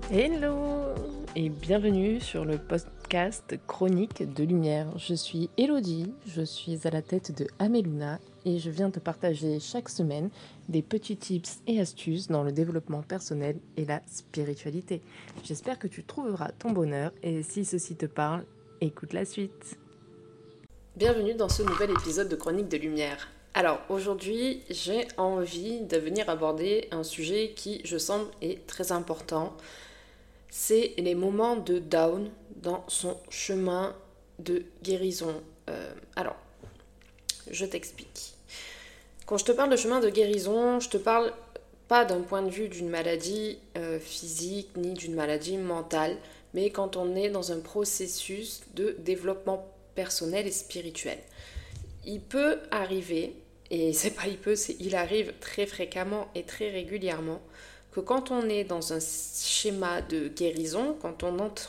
Hello et bienvenue sur le podcast Chronique de Lumière. Je suis Elodie, je suis à la tête de Ameluna et je viens te partager chaque semaine des petits tips et astuces dans le développement personnel et la spiritualité. J'espère que tu trouveras ton bonheur et si ceci te parle, écoute la suite. Bienvenue dans ce nouvel épisode de Chronique de Lumière. Alors aujourd'hui, j'ai envie de venir aborder un sujet qui, je sens, est très important. C'est les moments de down dans son chemin de guérison. Alors, je t'explique. Quand je te parle de chemin de guérison, je te parle pas d'un point de vue d'une maladie physique ni d'une maladie mentale, mais quand on est dans un processus de développement personnel et spirituel. Il peut arriver, et c'est pas il peut, c'est il arrive très fréquemment et très régulièrement, que quand on est dans un schéma de guérison, quand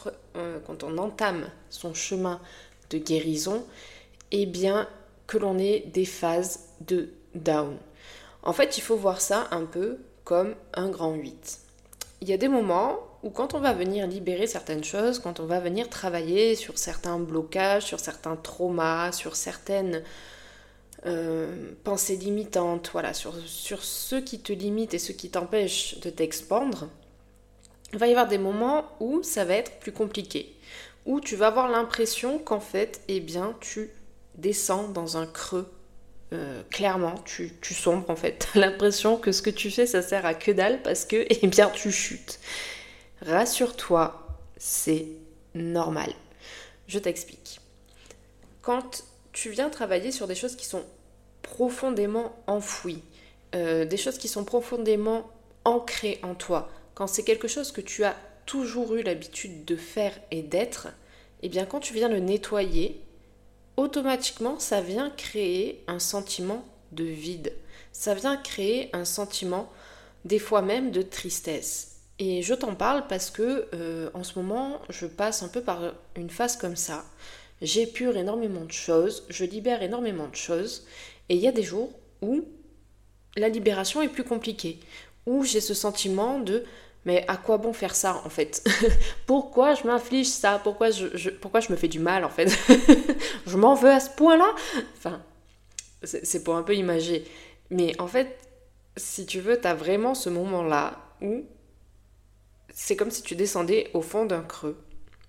on entame son chemin de guérison, eh bien que l'on ait des phases de down. En fait, il faut voir ça un peu comme un grand 8. Il y a des moments où quand on va venir libérer certaines choses, quand on va venir travailler sur certains blocages, sur certains traumas, sur certaines pensées limitantes, voilà, sur ce qui te limite et ce qui t'empêche de t'expandre, il va y avoir des moments où ça va être plus compliqué, où tu vas avoir l'impression qu'en fait, eh bien, tu descends dans un creux. Clairement, tu sombres en fait. T'as l'impression que ce que tu fais, ça sert à que dalle parce que, eh bien, tu chutes. Rassure-toi, c'est normal. Je t'explique. Quand tu viens travailler sur des choses qui sont profondément enfouies, des choses qui sont profondément ancrées en toi, quand c'est quelque chose que tu as toujours eu l'habitude de faire et d'être, eh bien quand tu viens le nettoyer, automatiquement ça vient créer un sentiment de vide. Ça vient créer un sentiment des fois même de tristesse. Et je t'en parle parce que en ce moment je passe un peu par une phase comme ça. J'épure énormément de choses, je libère énormément de choses, et il y a des jours où la libération est plus compliquée, où j'ai ce sentiment de mais à quoi bon faire ça en fait? Pourquoi je m'inflige ça? Pourquoi je me fais du mal en fait? Je m'en veux à ce point-là? Enfin, c'est pour un peu imager. Mais en fait, si tu veux, t'as vraiment ce moment-là où c'est comme si tu descendais au fond d'un creux.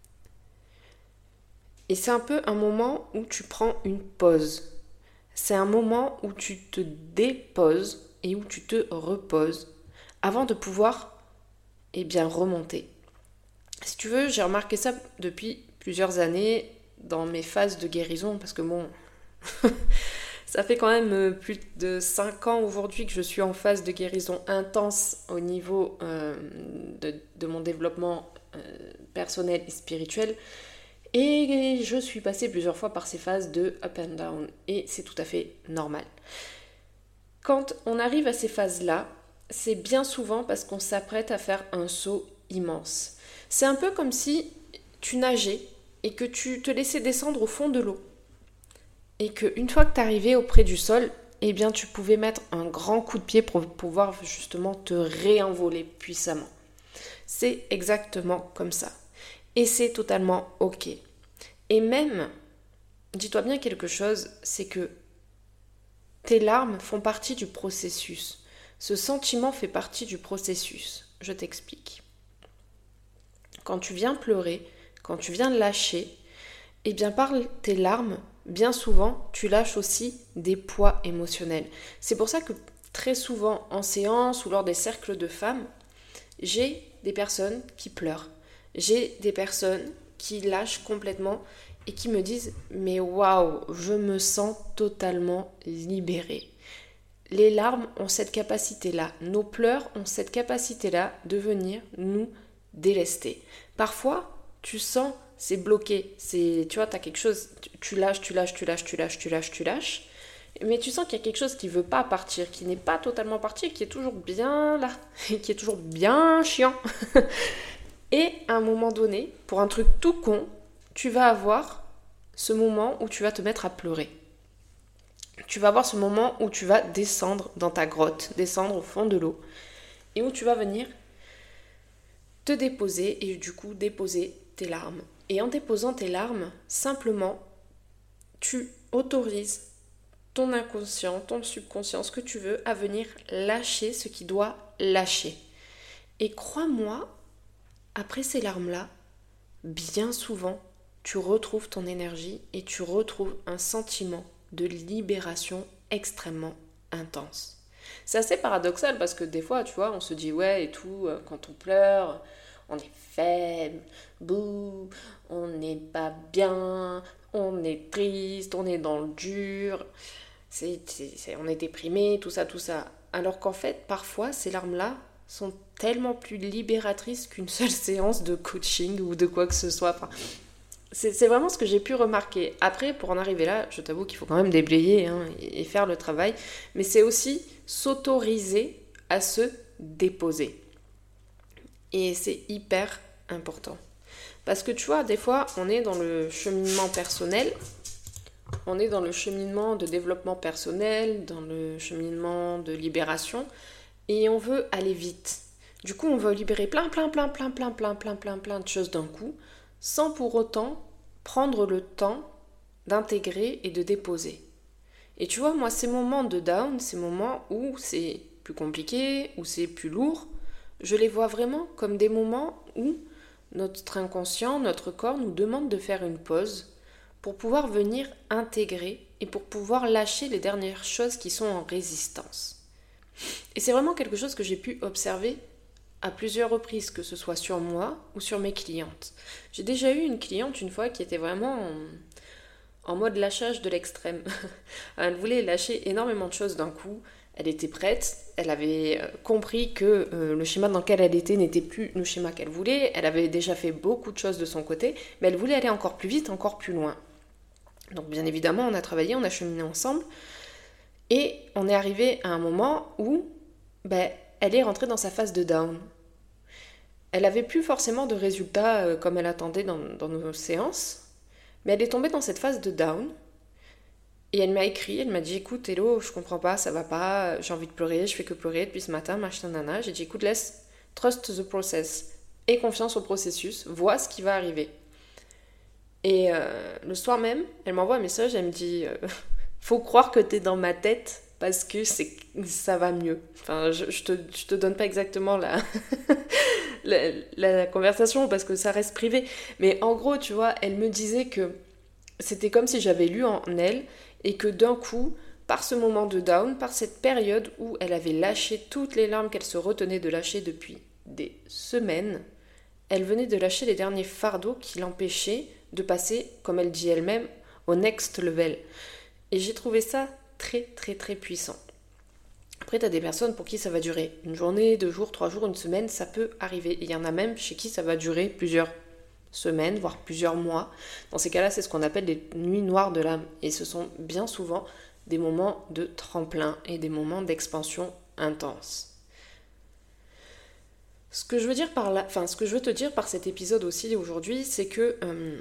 Et c'est un peu un moment où tu prends une pause. C'est un moment où tu te déposes et où tu te reposes avant de pouvoir, eh bien, remonter. Si tu veux, j'ai remarqué ça depuis plusieurs années dans mes phases de guérison parce que bon, ça fait quand même plus de 5 ans aujourd'hui que je suis en phase de guérison intense au niveau de mon développement personnel et spirituel. Et je suis passée plusieurs fois par ces phases de up and down. Et c'est tout à fait normal. Quand on arrive à ces phases-là, c'est bien souvent parce qu'on s'apprête à faire un saut immense. C'est un peu comme si tu nageais et que tu te laissais descendre au fond de l'eau. Et qu'une fois que tu arrivais auprès du sol, eh bien tu pouvais mettre un grand coup de pied pour pouvoir justement te réenvoler puissamment. C'est exactement comme ça. Et c'est totalement ok. Et même, dis-toi bien quelque chose, c'est que tes larmes font partie du processus. Ce sentiment fait partie du processus. Je t'explique. Quand tu viens pleurer, quand tu viens lâcher, eh bien par tes larmes, bien souvent, tu lâches aussi des poids émotionnels. C'est pour ça que très souvent en séance ou lors des cercles de femmes, j'ai des personnes qui pleurent. J'ai des personnes qui lâchent complètement et qui me disent mais waouh, je me sens totalement libérée. Les larmes ont cette capacité-là, nos pleurs ont cette capacité-là de venir nous délester. Parfois, tu sens c'est bloqué, tu vois, t'as quelque chose, tu lâches, mais tu sens qu'il y a quelque chose qui ne veut pas partir, qui n'est pas totalement parti, qui est toujours bien là, qui est toujours bien chiant. Et à un moment donné, pour un truc tout con, tu vas avoir ce moment où tu vas te mettre à pleurer. Tu vas avoir ce moment où tu vas descendre dans ta grotte, descendre au fond de l'eau, et où tu vas venir te déposer et du coup déposer tes larmes. Et en déposant tes larmes, simplement, tu autorises ton inconscient, ton subconscient, ce que tu veux, à venir lâcher ce qui doit lâcher. Et crois-moi, après ces larmes-là, bien souvent, tu retrouves ton énergie et tu retrouves un sentiment de libération extrêmement intense. C'est assez paradoxal parce que des fois, tu vois, on se dit ouais et tout, quand on pleure, on est faible, bouh, on n'est pas bien, on est triste, on est dans le dur, on est déprimé, tout ça, tout ça. Alors qu'en fait, parfois, ces larmes-là sont tellement plus libératrices qu'une seule séance de coaching ou de quoi que ce soit. Enfin, c'est vraiment ce que j'ai pu remarquer. Après, pour en arriver là, je t'avoue qu'il faut quand même déblayer et faire le travail. Mais c'est aussi s'autoriser à se déposer. Et c'est hyper important. Parce que tu vois, des fois, on est dans le cheminement personnel, on est dans le cheminement de développement personnel, dans le cheminement de libération, et on veut aller vite. Du coup, on veut libérer plein de choses d'un coup, sans pour autant prendre le temps d'intégrer et de déposer. Et tu vois, moi, ces moments de down, ces moments où c'est plus compliqué, où c'est plus lourd, je les vois vraiment comme des moments où notre inconscient, notre corps nous demande de faire une pause pour pouvoir venir intégrer et pour pouvoir lâcher les dernières choses qui sont en résistance. Et c'est vraiment quelque chose que j'ai pu observer à plusieurs reprises, que ce soit sur moi ou sur mes clientes. J'ai déjà eu une cliente une fois qui était vraiment en mode lâchage de l'extrême. Elle voulait lâcher énormément de choses d'un coup. Elle était prête, elle avait compris que le schéma dans lequel elle était n'était plus le schéma qu'elle voulait. Elle avait déjà fait beaucoup de choses de son côté, mais elle voulait aller encore plus vite, encore plus loin. Donc bien évidemment, on a travaillé, on a cheminé ensemble. Et on est arrivé à un moment où elle est rentrée dans sa phase de down. Elle n'avait plus forcément de résultats comme elle attendait dans nos séances, mais elle est tombée dans cette phase de down. Et elle m'a écrit, elle m'a dit écoute Hello, je comprends pas, ça va pas, j'ai envie de pleurer, je fais que pleurer depuis ce matin, machin nana. J'ai dit écoute, laisse, trust the process, aie confiance au processus, vois ce qui va arriver. Et le soir même, elle m'envoie un message, elle me dit faut croire que t'es dans ma tête parce que ça va mieux. Enfin, je te donne pas exactement la conversation parce que ça reste privé. Mais en gros, tu vois, elle me disait que c'était comme si j'avais lu en elle et que d'un coup, par ce moment de down, par cette période où elle avait lâché toutes les larmes qu'elle se retenait de lâcher depuis des semaines, elle venait de lâcher les derniers fardeaux qui l'empêchaient de passer, comme elle dit elle-même, au next level. Et j'ai trouvé ça très très très puissant. Après, t'as des personnes pour qui ça va durer une journée, 2 jours, 3 jours, une semaine, ça peut arriver. Et il y en a même chez qui ça va durer plusieurs semaines, voire plusieurs mois. Dans ces cas-là, c'est ce qu'on appelle les nuits noires de l'âme. Et ce sont bien souvent des moments de tremplin et des moments d'expansion intense. Ce que je veux te dire par cet épisode aussi aujourd'hui, c'est que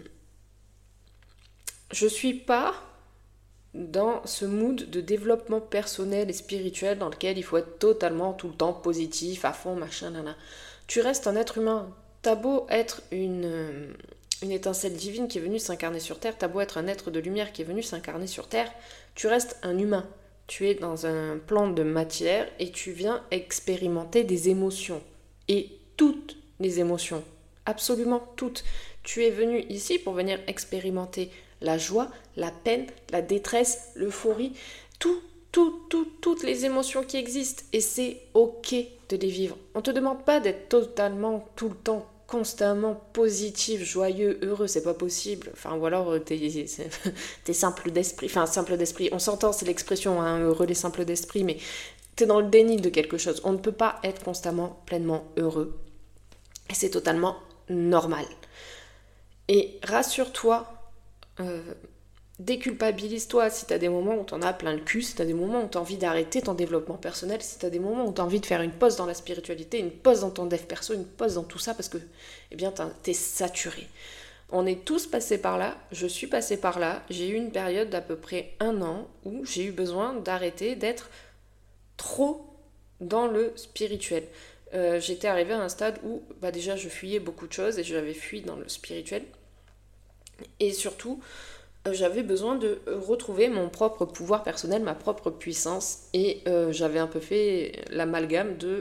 je suis pas dans ce mood de développement personnel et spirituel dans lequel il faut être totalement tout le temps positif, à fond, machin, nana. Tu restes un être humain. T'as beau être une étincelle divine qui est venue s'incarner sur Terre, t'as beau être un être de lumière qui est venu s'incarner sur Terre, tu restes un humain. Tu es dans un plan de matière et tu viens expérimenter des émotions. Et toutes les émotions, absolument toutes. Tu es venu ici pour venir expérimenter la joie, la peine, la détresse, l'euphorie, toutes les émotions qui existent. Et c'est ok de les vivre. On ne te demande pas d'être totalement, tout le temps, constamment positif, joyeux, heureux, c'est pas possible. Enfin, ou alors t'es simple d'esprit. Enfin, simple d'esprit, on s'entend, c'est l'expression, hein, heureux les simples d'esprit, mais t'es dans le déni de quelque chose. On ne peut pas être constamment pleinement heureux. Et c'est totalement normal. Et rassure-toi, déculpabilise-toi si t'as des moments où t'en as plein le cul, si t'as des moments où t'as envie d'arrêter ton développement personnel, si t'as des moments où t'as envie de faire une pause dans la spiritualité, une pause dans ton dev perso, une pause dans tout ça parce que, eh bien, t'es saturé. On est tous passés par là, je suis passée par là, j'ai eu une période d'à peu près 1 an où j'ai eu besoin d'arrêter d'être trop dans le spirituel. j'étais arrivée à un stade où déjà je fuyais beaucoup de choses et j'avais fui dans le spirituel. Et surtout, j'avais besoin de retrouver mon propre pouvoir personnel, ma propre puissance. Et j'avais un peu fait l'amalgame de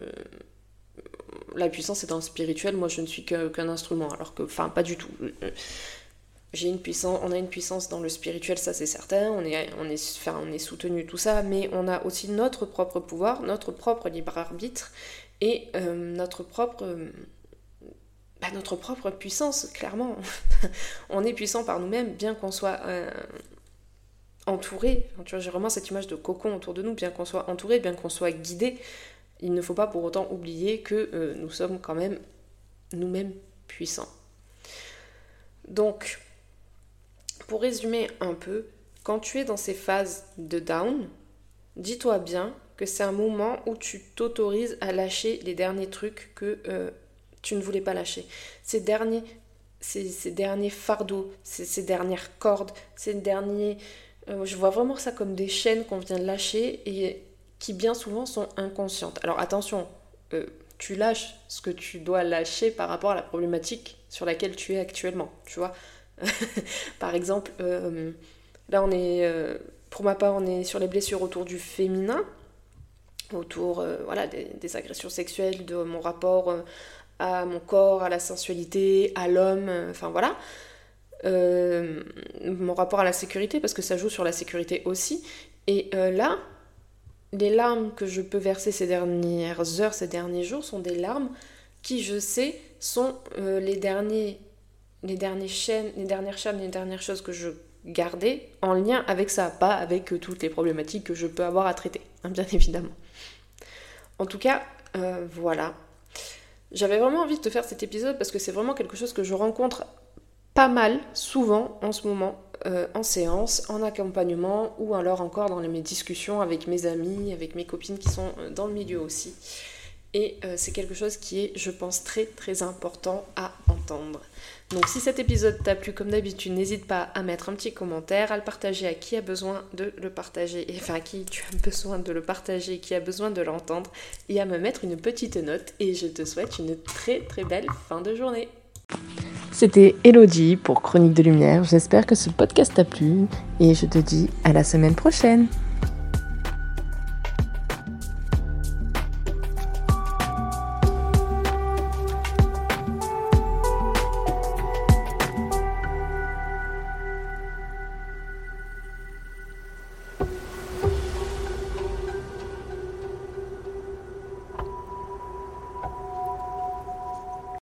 la puissance est dans le spirituel, moi je ne suis qu'un instrument. Alors que, enfin, pas du tout. On a une puissance dans le spirituel, ça c'est certain, on est soutenu, tout ça, mais on a aussi notre propre pouvoir, notre propre libre arbitre et notre propre puissance, clairement. On est puissant par nous-mêmes, bien qu'on soit entouré. Tu vois, j'ai vraiment cette image de cocon autour de nous, bien qu'on soit entouré, bien qu'on soit guidé. Il ne faut pas pour autant oublier que nous sommes quand même nous-mêmes puissants. Donc, pour résumer un peu, quand tu es dans ces phases de down, dis-toi bien que c'est un moment où tu t'autorises à lâcher les derniers trucs que tu ne voulais pas lâcher. Ces derniers fardeaux, ces dernières cordes, ces derniers... je vois vraiment ça comme des chaînes qu'on vient de lâcher et qui bien souvent sont inconscientes. Alors attention, tu lâches ce que tu dois lâcher par rapport à la problématique sur laquelle tu es actuellement, tu vois. Par exemple, là pour ma part, on est sur les blessures autour du féminin, autour des agressions sexuelles, de mon rapport à mon corps, à la sensualité, à l'homme, enfin voilà. Mon rapport à la sécurité, parce que ça joue sur la sécurité aussi. Et là, les larmes que je peux verser ces dernières heures, ces derniers jours, sont des larmes qui, je sais, sont les dernières choses que je gardais en lien avec ça, pas avec toutes les problématiques que je peux avoir à traiter, hein, bien évidemment. En tout cas, voilà. J'avais vraiment envie de te faire cet épisode parce que c'est vraiment quelque chose que je rencontre pas mal, souvent, en ce moment, en séance, en accompagnement, ou alors encore dans mes discussions avec mes amis, avec mes copines qui sont dans le milieu aussi. Et c'est quelque chose qui est, je pense, très très important à entendre. Donc si cet épisode t'a plu, comme d'habitude, n'hésite pas à mettre un petit commentaire, à le partager à qui a besoin de le partager, enfin à qui tu as besoin de le partager, qui a besoin de l'entendre, et à me mettre une petite note. Et je te souhaite une très très belle fin de journée. C'était Elodie pour Chronique de Lumière. J'espère que ce podcast t'a plu et je te dis à la semaine prochaine.